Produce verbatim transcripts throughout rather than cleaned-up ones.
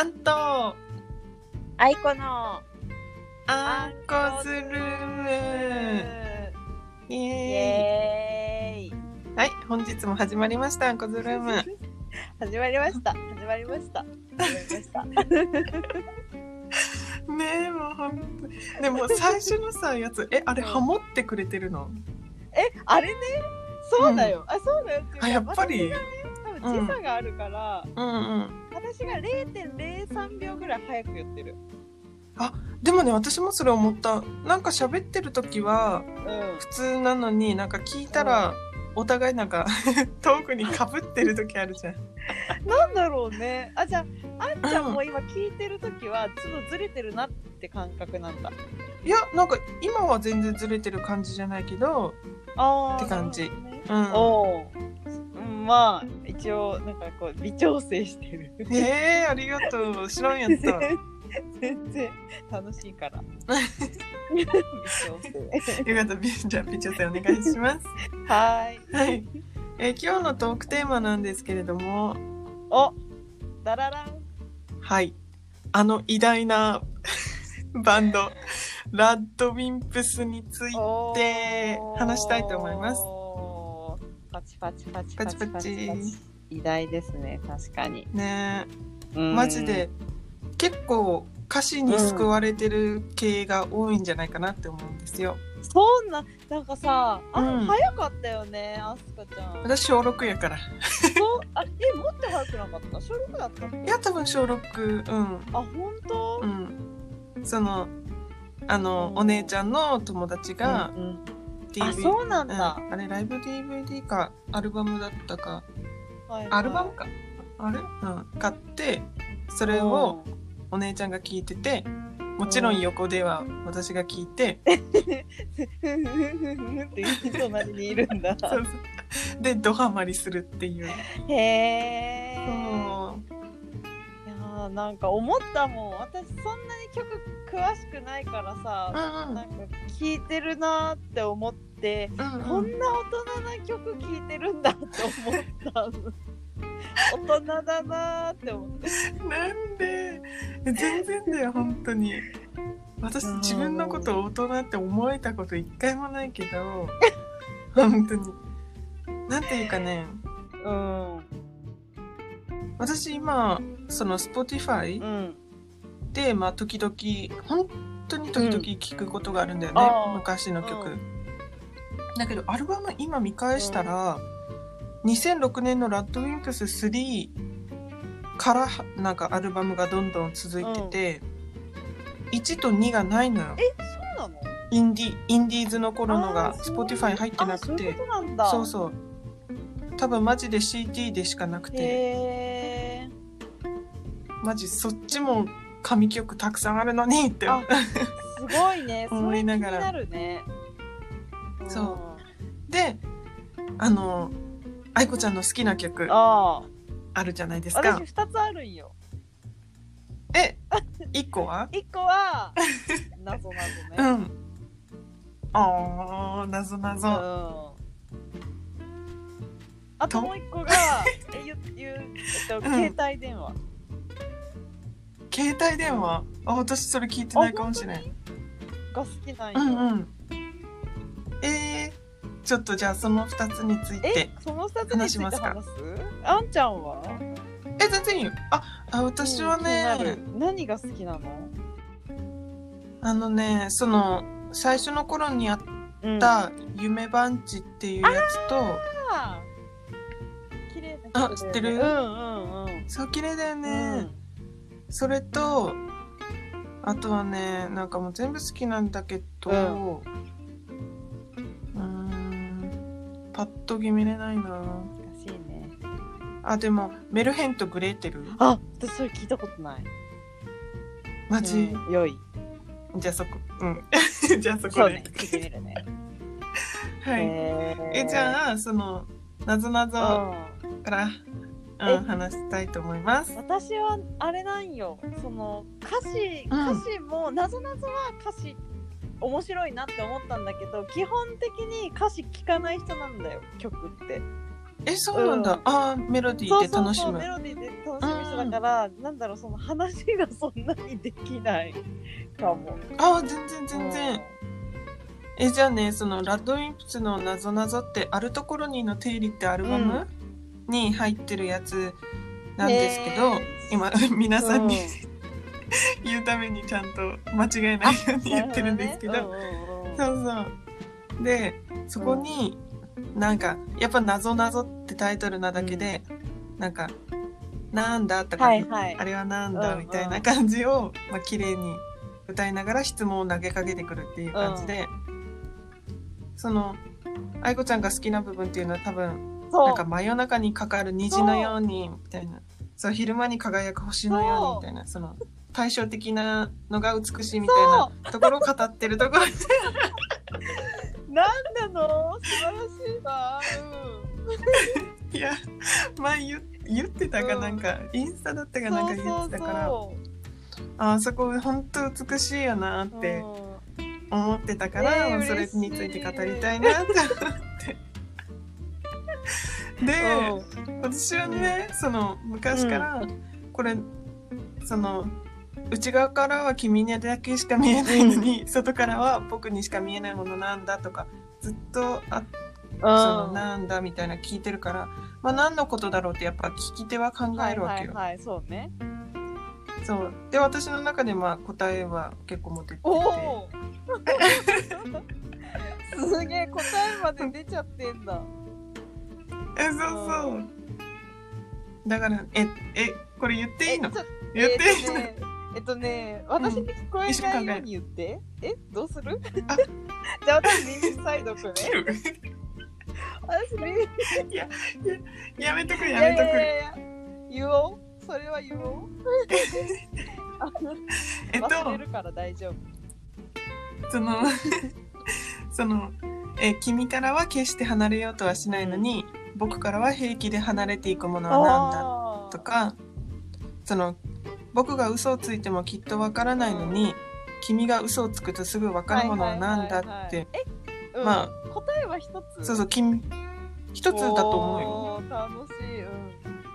アンとアイコのアンコズルームイエーイ、 イエーイ。 はい、本日も始まりましたアンコズルーム始まりました始まりました始まりましたねえ、もうほんとでも最初のさやつえあれハモってくれてるの？ えあれね、そうだよ、うん、あそうだよっていうか、 あやっぱり、 ね、多分時差があるから、 うん、うんうん私が れいてんれいさんびょうぐらい早く言ってる。 あでもね、私もそれ思った。なんか喋ってる時は普通なのに、なんか聞いたら、うん、お互いなんか遠くにかぶってる時あるじゃんなんだろうね。あ、じゃああんちゃんも今聞いてる時はちょっとずれてるなって感覚なんだ。 いや、なんか今は全然ずれてる感じじゃないけどあって感じ、 ね、 うん、 おうんまあ一応なんかこう微調整してる。 えー、ありがとう。知らんやった全然楽しいから微調整よかった。じゃあ微調整お願いしますはい、 はいえー、今日のトークテーマなんですけれども、 おダララン、 はいあの偉大なバンドラッドウィンプスについて話したいと思います。 パチパチパチパチパチパチパチ偉大ですね。確かにねえ、マジで結構歌詞に救われてる系が多いんじゃないかなって思うんですよ、 うん、そんななんかさあ、うん、早かったよねアスカちゃん。 私小ろくやからそうあえもっと早くなかった？小ろくだったっけ？ いや多分小ろく、うんあ本当？ うんそのあの、うん、お姉ちゃんの友達が、 うんうん、ディーブイディー、あそうなんだ、 うん、あれライブ ディーブイディー かアルバムだったか、はいはい、アルバムかあれ、うん、買ってそれをお姉ちゃんが聞いてて、もちろん横では私が聞いてって隣にいるんだそうそうでドハマりするっていう。 へえ。そういやなんか思ったもん。私そんなに曲詳しくないからさ、うんうん、なんか聴いてるなって思って、うんうん、こんな大人な曲聴いてるんだって思った大人だなーって思ってなんで全然だよ本当に。私自分のことを大人って思えたこと一回もないけど本当になんていうかね、うん、私今その Spotify、うん、でまあ時々本当に時々聞くことがあるんだよね、うん、昔の曲、うん、だけどアルバム今見返したら、うん、にせんろくねんのラッドウィンプススリーからなんかアルバムがどんどん続いてて、うん、いちとにがないのよ。 え、そうなの？ インディインディーズの頃のが Spotify に入ってなくて、 そういうことなんだ。 そうそう多分マジで シーティー でしかなくて、 へマジそっちも神曲たくさんあるのにってすごいね思いながら、それ気になるね、 うん、そうであの愛子ちゃんの好きな曲 あ, あるじゃないですか。 私ふたつあるんよ。 えいっこはいっこはなぞなぞね。 うんあーなぞなぞ、うんあともう一個がえ言言う、えっと、携帯電話。 携帯電話、あ私それ聞いてないかもしれない。 が好きなんよ。 うんうん。えー、ちょっとじゃあそのふたつについて話しますか。 話す？あんちゃんは？ え全然いいよ。ああ私はね、 うん、何が好きなの？ あのねその最初の頃にやった夢番地っていうやつと、うんあ、知ってる？うんうんうん。そう綺麗だよね、うん。それとあとはね、なんかもう全部好きなんだけど、うん、うーんパッと決めれないな。難しいね。 あでもメルヘンとグレーテル。 あ、私それ聞いたことない。 マジ？ うん、良い。 じゃあそこ、うんじゃあそこで。 そうね、聞いてみるね。 はい。えじゃあそのなぞなぞ。から、うん、話したいと思います。 私はあれなんよ、その歌詞、歌詞もなぞなぞは歌詞面白いなって思ったんだけど、基本的に歌詞聞かない人なんだよ曲って。 えそうなんだ、うん、あメロディーで楽しむ。 そうそうそうメロディーで楽しむ人人だから、うん、なんだろうその話がそんなにできないかも。 ああ全然全然。えじゃあねそのラッドウィンプスのなぞなぞってあるところにの定理ってアルバム、うん、に入ってるやつなんですけど、今皆さんに、うん、言うためにちゃんと間違えないように言ってるんですけど、ねうん、そうそうでそこに、うん、なんかやっぱなぞなぞってタイトルなだけで、うん、なんかなんだとか、はいはい、あれはなんだ、うん、みたいな感じを、まあ綺麗に歌いながら質問を投げかけてくるっていう感じで、うん、その愛子ちゃんが好きな部分っていうのは多分なんか真夜中にかかる虹のようにみたいな、そう昼間に輝く星のようにみたいな、その対照的なのが美しいみたいなところを語ってるところでなんなの素晴らしいわ、 うん、いや前言, 言ってたかなんか、うん、インスタだったかなんか言ってたから、そうそうそうあそこ本当美しいよなって思ってたから、うん、それについて語りたいなって思ってで、うん、私はねその昔からこれ、うん、その内側からは君にだけしか見えないのに、うん、外からは僕にしか見えないものなんだとかずっとあそのなんだみたいな聞いてるから、まあ、何のことだろうってやっぱ聞き手は考えるわけよ。 はいはいはい、そうね。 そうで私の中でまあ答えは結構持ってっててすげえ答えまで出ちゃってんだ。 えそうそう、うん、だからええこれ言っていいの？言っていいの？ えっとね、私に聞こえないように言って。うん、え、どうする？じゃあ私耳塞いどくね。私耳いやややめとくやめとく。いやいやいや言おう。それは言おう。えっと忘れるから大丈夫。 そのそのえ君からは決して離れようとはしないのに、うん、僕からは平気で離れていくものは何だとか、その僕が嘘をついてもきっとわからないのに、うん、君が嘘をつくとすぐわかるものは何だって、 まあ答えは一つ。 そうそう君一つだと思うよ。 楽しい。うん、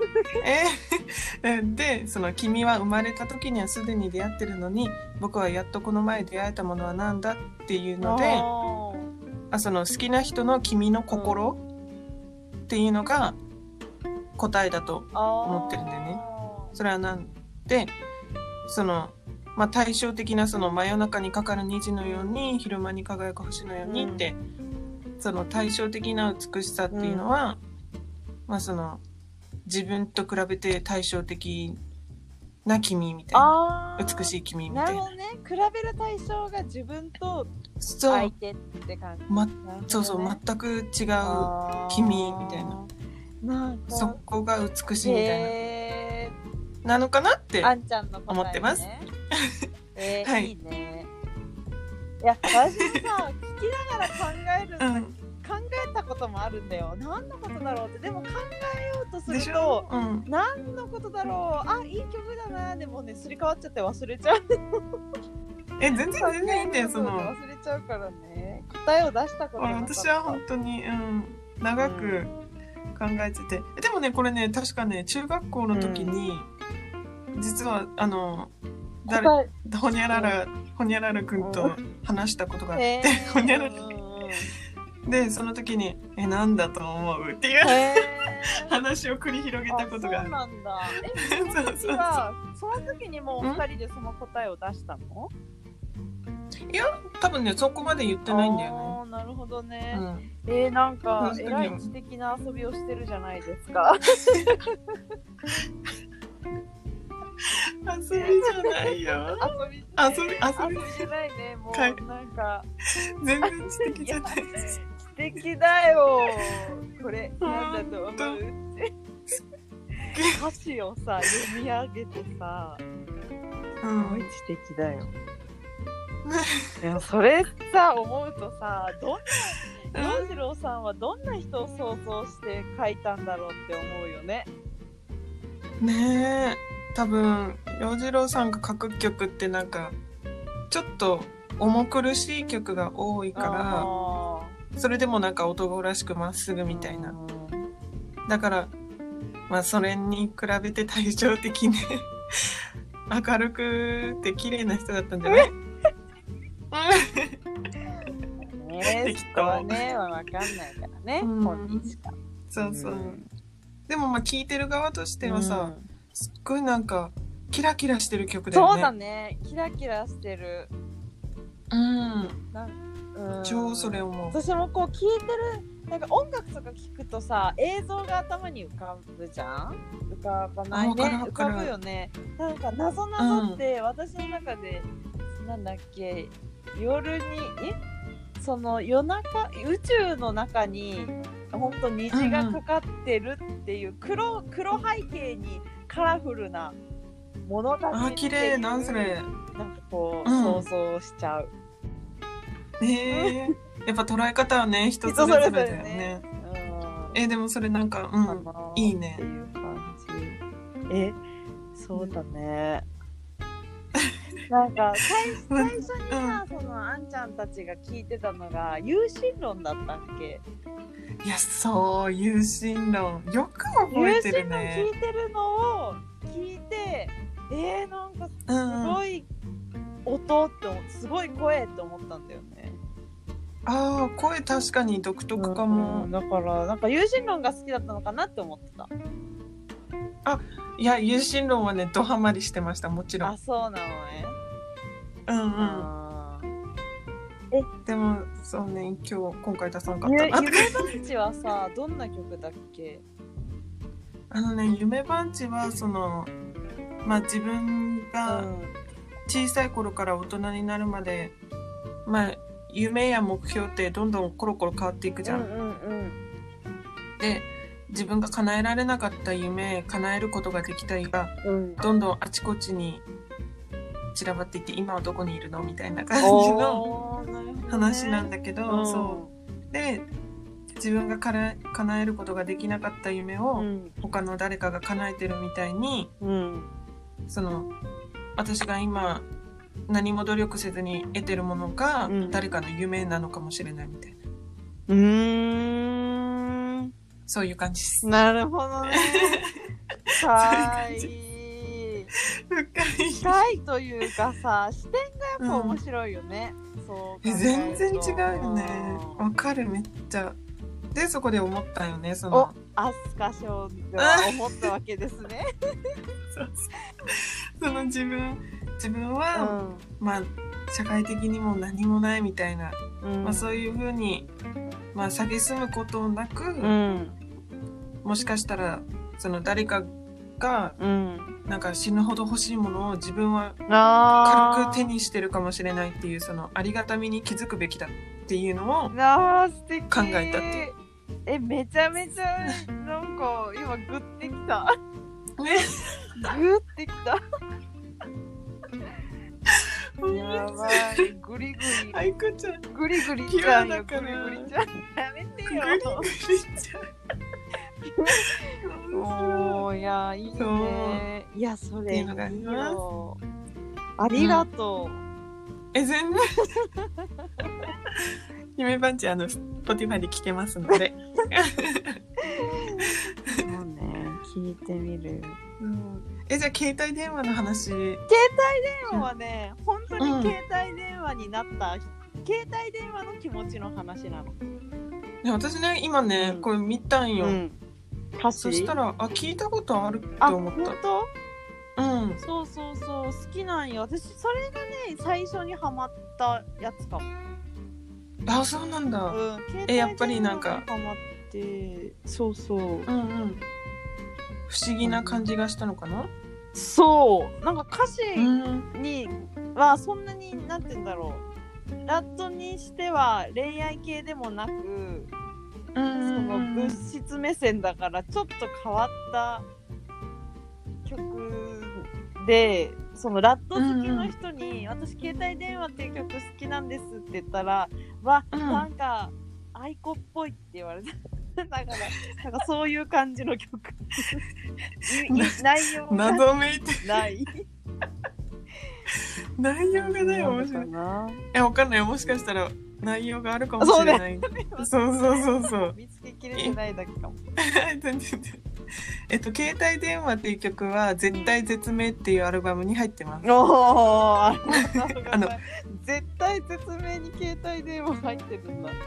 えでその君は生まれた時にはすでに出会ってるのに僕はやっとこの前出会えたものは何だっていうので、あその好きな人の君の心っていうのが答えだと思ってるんだよね。それはなんでその、まあ、対照的なその真夜中にかかる虹のように昼間に輝く星のようにって、うん、その対照的な美しさっていうのは、うん、まあその自分と比べて対照的な君みたいな、美しい君みたいな。 なるほどね。比べる対象が自分と相手って感じ。 まね、そうそう全く違う君みたいな。なんかそこが美しいみたいな。なのかなって思ってます。ね、 えーはい、いいね。いや私さ聞きながら考えるんだ、うん、考えたこともあるんだよ。何のことだろうって。でも考えようとすると、うん、何のことだろう、あいい曲だな、でもねすり替わっちゃって忘れちゃう。 え全然全然いいんだよその忘れちゃうからね。答えを出したことなかった。 私は本当に、うん、長く考えてて、うん、でもねこれね確かね中学校の時に、うん、実はあの誰ほにゃららほにゃららくんと話したことがあって、ほにゃららでその時にえなんだと思うっていう話を繰り広げたことがある。 そうなんだ。えその時はその時にもうふたりでその答えを出したの？ いや多分ねそこまで言ってないんだよね。 あなるほどね。うん、えー、なんかえらい知的な遊びをしてるじゃないですか。 遊びじゃないよ。 遊び遊び遊びじゃないね。もうなんか全然知的じゃない。 知的だよ。これなんだと思うって歌詞をさ読み上げてさ、すごい知的だよ。でもそれさ思うとさどんな洋次郎さんはどんな人を想像して書いたんだろうって思うよね。 ねえ。多分洋次郎さんが書く曲ってなんかちょっと重苦しい曲が多いからそれでもなんか男らしくまっすぐみたいな。だからまあそれに比べて対照的ね明るくて綺麗な人だったんじゃないね、人はね、わかんないからね、うん、本人しか。 そうそう、うん、でもまあ聴いてる側としてはさ、うん、すっごいなんかキラキラしてる曲だよね。 そうだね、キラキラしてる。 うんなうん超それ思う。 私もこう聴いてる、なんか音楽とか聴くとさ、映像が頭に浮かぶじゃん。浮かばないね、浮かぶよね。なんかなぞなぞって私の中で、うん、なんだっけ、夜にえその夜中宇宙の中に本当虹がかかってるっていう、うん、黒黒背景にカラフルなものだけあ綺麗なんそれなんかこう、うん、想像しちゃう。 えー、やっぱ捉え方はね人それぞれだよね。うん、えでもそれなんか、うん、いいねっていう感じ。えそうだね。なんか 最, 最初にさ、うん、そのあんちゃんたちが聞いてたのが有心論だったっけ。 いやそう有心論よく覚えてるね。 有心論聞いてるのを聞いてえー、なんかすごい音って思って、すごい声って思ったんだよね。 ああ声確かに独特かも、 うん、だからなんか有心論が好きだったのかなって思ってた。 あいや有心論はねドハマりしてましたもちろん。 あそうなのね。 うんうんえでもそうね今日今回出さなかったな。 夢番地はさどんな曲だっけ。 あのね夢番地はそのまあ自分が小さい頃から大人になるまで、うん、まあ夢や目標ってどんどんコロコロ変わっていくじゃん、うんうんうん、で自分が叶えられなかった夢叶えることができたいが、うん、どんどんあちこちに散らばっていって今はどこにいるのみたいな感じの話なんだけど、ね、そうで自分が叶えることができなかった夢を他の誰かが叶えてるみたいに、うん、その私が今何も努力せずに得てるものが誰かの夢なのかもしれないみたいな、 うーんそういう感じです。 なるほどねはい。深いというかさ視点がやっぱ面白いよね、うん、そう全然違うよね。わかるめっちゃ。でそこで思ったよねそのアスカ賞では思ったわけですねそうそうその自分自分は、うん、まあ社会的にも何もないみたいな、うんまあ、そういう風にまあ蔑むことなく、うん、もしかしたらその誰かが、うん、なんか死ぬほど欲しいものを自分は軽く手にしてるかもしれないっていうそのありがたみに気づくべきだっていうのを考えたっていう。 えめちゃめちゃなんか今グッてきたねグッてきたやばいグリグリあいこちゃんグリグリちゃんよグリグリちゃんやめてよグリグリちゃんおーいやいいねいやそれいいよありがとう、うん、 え全然夢番地あの Spotify で聴けますのでそうね聞いてみる、 うん、えじゃあ携帯電話の話携帯電話はね、うん、本当に携帯電話になった、うん、携帯電話の気持ちの話なの。 いや私ね今ね、うん、これ見たんよ、うん、そしたらあ聞いたことあるって思った。 あ本当うん、 そうそうそう好きなんよ私それがね最初にハマったやつかも。 あそうなんだ、うん、えやっぱりなんかハマってそうそううんうん不思議な感じがしたのかな、うん、 そうなんか歌詞にはそんなになんて言うんだろうラットにしては恋愛系でもなく、うんその物質目線だからちょっと変わった曲でそのラット好きの人に、うんうん、私携帯電話っていう曲好きなんですって言ったらわ、うん、なんかアイコっぽいって言われただからなんかそういう感じの曲内容が謎めいてない内容がない面白いえわかんないもしかしたら内容があるかもしれないそう、ね、そうそうそうそう見つけきれてないだけかも全然えっと携帯電話っていう曲は絶対絶命っていうアルバムに入ってます。 おお、ああの絶対絶命に携帯電話入ってるんだ。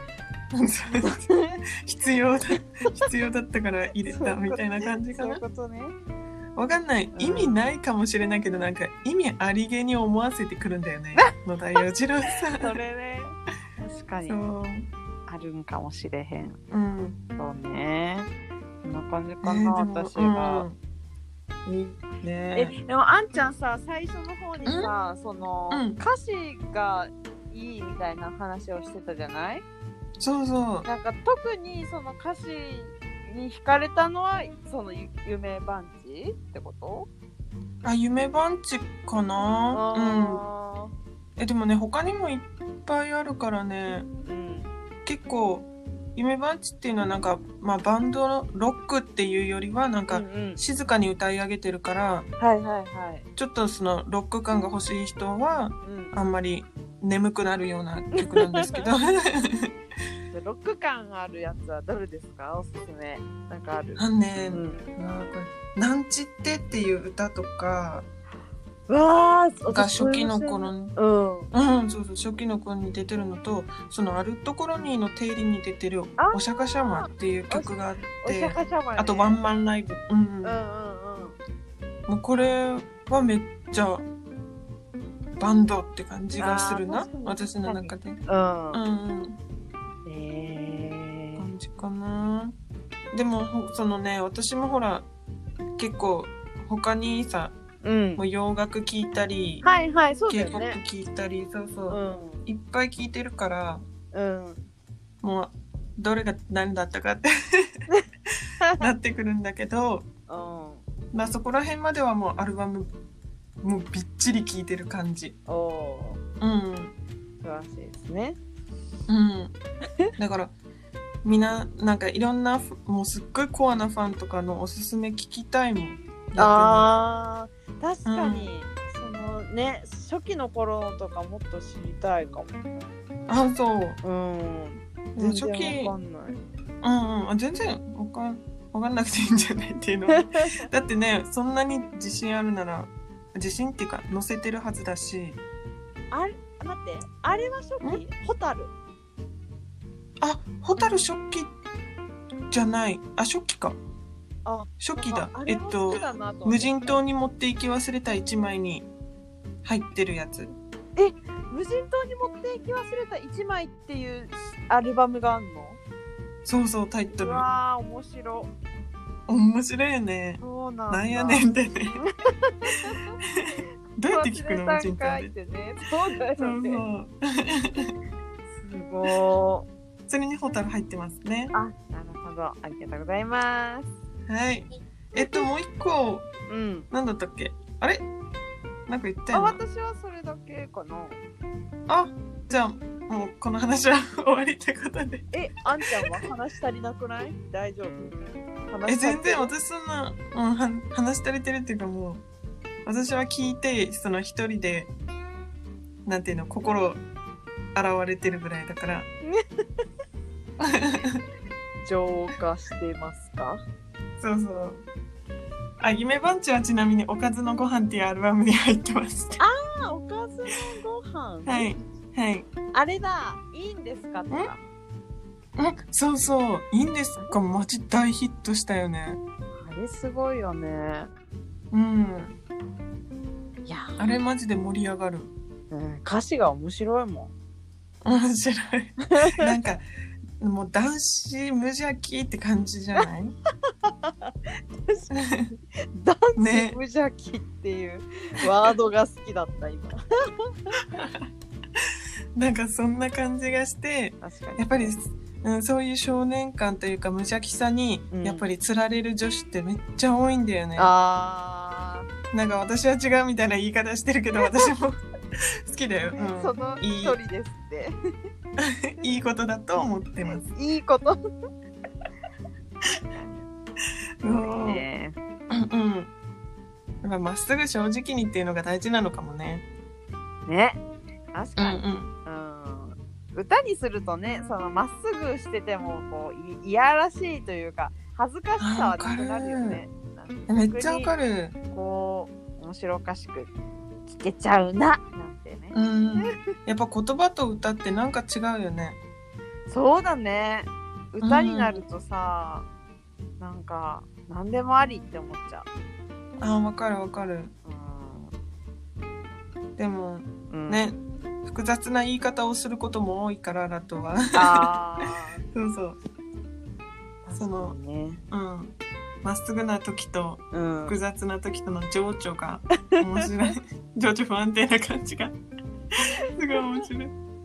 必要だ必要だったから入れたみたいな感じかな。 そういうことね。 わかんない、 うん意味ないかもしれないけど、なんか意味ありげに思わせてくるんだよね野田洋次郎さん。 それね、確かにそうあるんかもしれへん。 うんそうね。こんな感じかな、 えーでも私は。 うんいいえねでもあんちゃんさ、最初の方にさ、その、 うん歌詞がいいみたいな話をしてたじゃない？ そうそうなんか特にその歌詞に惹かれたのはそのゆ夢番地ってこと？ あ夢番地かな。 あうんえでもね他にもいっぱいあるからね、 ー、うん結構夢番地っていうのはなんか、まあ、バンドのロックっていうよりはなんかうんうん、 静かに歌い上げてるから、 はいはいはい、 ちょっとそのロック感が欲しい人はうん、 あんまり眠くなるような曲なんですけどロック感あるやつはどれですか？おすすめなんかある？ あのね、 うん、 うわこれなんちってっていう歌とかわーが初期の頃にうんうんそうそう初期の頃に出てるのと、そのアルトコロニーの定理に出てるあーお釈迦シャマっていう曲があっお釈て、 迦様ね、 あとワンマンライブ、うんうんうんうんもうこれはめっちゃバンドって感じがするなあー確かに私の中で。 うんうんうんえー、 感じかな。でもほそのね私もほら結構他にさうんもう洋楽聴いたり、 はいはいそうだ k よ p o p ね。 聴いたりそうそう、 うんいっぱい聴いてるからうんもうどれが何だったかってなってくるんだけど、 うんまあそこら辺まではもうアルバムもうびっちり聴いてる感じ。 おおうん素晴らしいですね。 うんだからみんななんかいろんなフもうすっごいコアなファンとかのおすすめ聞きたいもん。逆にあー確かに、そのね初期の頃とかもっと知りたいかも。 あそううんでも全初期然わかんない。 うんうんあ全然わかんわかんなくていいんじゃないっていうのだってねそんなに自信あるなら自信っていうか載せてるはずだし。 あれ待ってあれは初期？ホタル。 あホタル初期じゃないあ初期かあ初期だああえっとれも好きだなと思って無人島に持って行き忘れた一枚に入ってるやつ。 無人島に持って行き忘れた一枚っていうアルバムがあんの？ そうそうタイトうルわー面白。 面白いよね。 そうなんだ。 なんやねんってねどうやって聞くの無忘れ人島で。 たんかいってね。そうだそうよね。 そうすごー。 それにホタル入ってますね。 あ、なるほど。ありがとうございます。 はいえっともう一個うん。 なんだったっけあれなんか言ったあ、 よな。 私はそれだけかな。 あじゃあもうこの話は終わりってことで。 え、あんちゃんは話足りなくない？大丈夫？話え足りてる全然私そんな、うん、は話し足りてるっていうかもう私は聞いてその一人でなんていうの心洗われてるぐらいだから浄化してますか？ そうそうあ夢番地はちなみにおかずのご飯っていうアルバムに入ってますあ、おかずのご飯。 はいはいあれだ。いいんですかとか。 あそうそういいんですかマジ大ヒットしたよね。 あれすごいよね。 うんいや、 あれマジで盛り上がる。 うん、歌詞が面白いもん。 面白いなんかもう男子無邪気って感じじゃない男ね子無邪気っていうワードが好きだった今。 なんかそんな感じがして確かに。 やっぱり、うん、そういう少年感というか無邪気さに、 うんやっぱり釣られる女子ってめっちゃ多いんだよね。 あなんか私は違うみたいな言い方してるけど私も好きだよ、 ー、 うん、 その一人ですって。 いいいいことだと思ってます。 いいこと。 うんねうんうんやっぱまっすぐ正直にっていうのが大事なのかもね。 ね。確うんかに。 うんうん。 歌にするとね、そのまっすぐしててもこういいやらしいというか恥ずかしさはなくなるよね。 めっちゃわかる。 こう面白おかしく聞けちゃうななんてね。 うん。やっぱ言葉と歌ってなんか違うよね。 そうだね。歌になるとさ、うん、なんか何でもありって思っちゃう。 あ、わかるわかる。うん、でも、うん、ね。複雑な言い方をすることも多いからラットは。あそうそう。その、ね、うん、まっすぐな時と複雑な時との情緒が面白い。情緒不安定な感じがすごい面白い。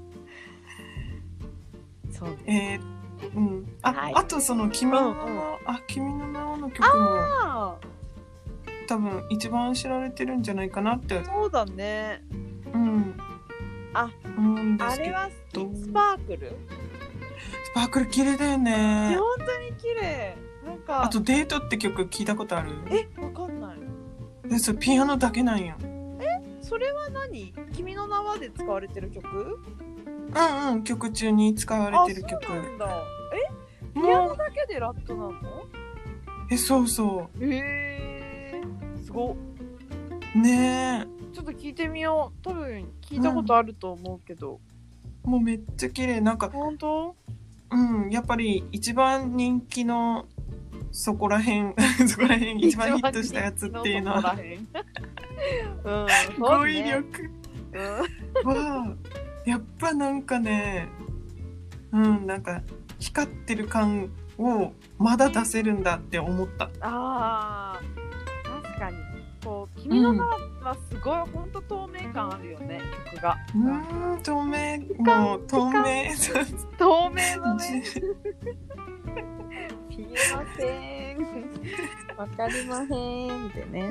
そうね。えー、うん。あ、はい、あとその君の、うんうん、あ、君の名はの曲も多分一番知られてるんじゃないかなって。 そうだね。 うん。 あ、あれはスパークル？ スパークル綺麗だよね。 本当に綺麗。なんかあとデートって曲聞いたことある？ え、わかんない。 で、それピアノだけなんや。 え、それは何？君の名はで使われてる曲？ うんうん、曲中に使われてる曲。 そうなんだ。え、ピアノだけでラットなの？ え、そうそう。 へー、すごっ。 ねえ。 ちょっと聞いてみよう。多分聞いたことあると思うけど、 うん、もうめっちゃ綺麗。なんか本当？ うん、やっぱり一番人気のそこらへんそこらへん一番ヒットしたやつっていうのはうん、語彙力、うん、はやっぱなんかね、うんなんか光ってる感をまだ出せるんだって思った。 あー、確かに。こう君の名はすごい、うん、ほんと透明感あるよね、曲が。 うん、透明、もう透明透明だね。見えません。わかりまへんってね。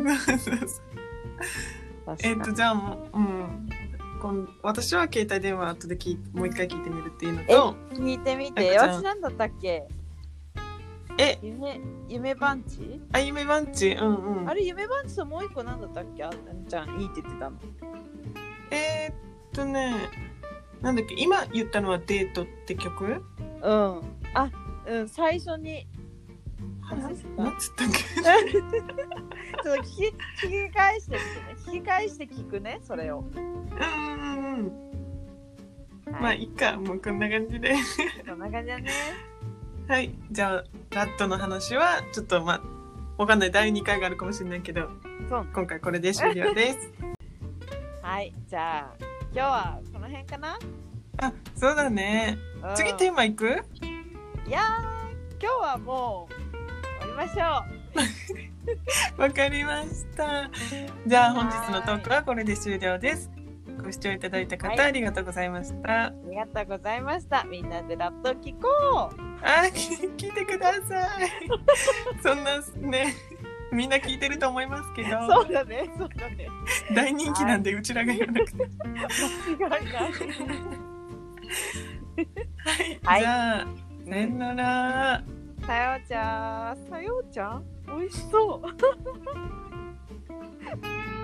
えっとじゃあもう、うん、こん私は携帯電話後で聞もう一回聞いてみるっていうのと、 聞いてみて。私なんだったっけ？ え、 夢、夢番地？ あ、夢番地、うんうん。 あれ、夢番地ともう一個なんだったっけ？あんちゃん、いいって言ってたの。 えー、っとね、なんだっけ、今言ったのはデートって曲？うん。 あ、うん、最初に。 何つったっけ？ ちょっと聞き、聞き返してみてね。聞き返して聞くね、それを。 うんうんうん。はい、まあ、いいか、もうこんな感じで。 こんな感じだね。 はい、じゃあラットの話はちょっとまあわかんない、だいにかいがあるかもしれないけど、そう今回これで終了です。 はい、じゃあ今日はこの辺かな。 あ、そうだね、うん、次テーマいく？ いやー、今日はもう終わりましょう。わかりました。じゃあ本日のトークはこれで終了です。ご視聴いただいた方、はい、ありがとうございました。 ありがとうございました。みんなでラット聞こう。 あ、聞いてください。そんなね、みんな聞いてると思いますけど。 そうだね、そうだね。 大人気なんで、はい、うちらが言わなくて。 間違いない。 はい、じゃあ、さよなら。 さようちゃん、さようちゃん、美味しそう。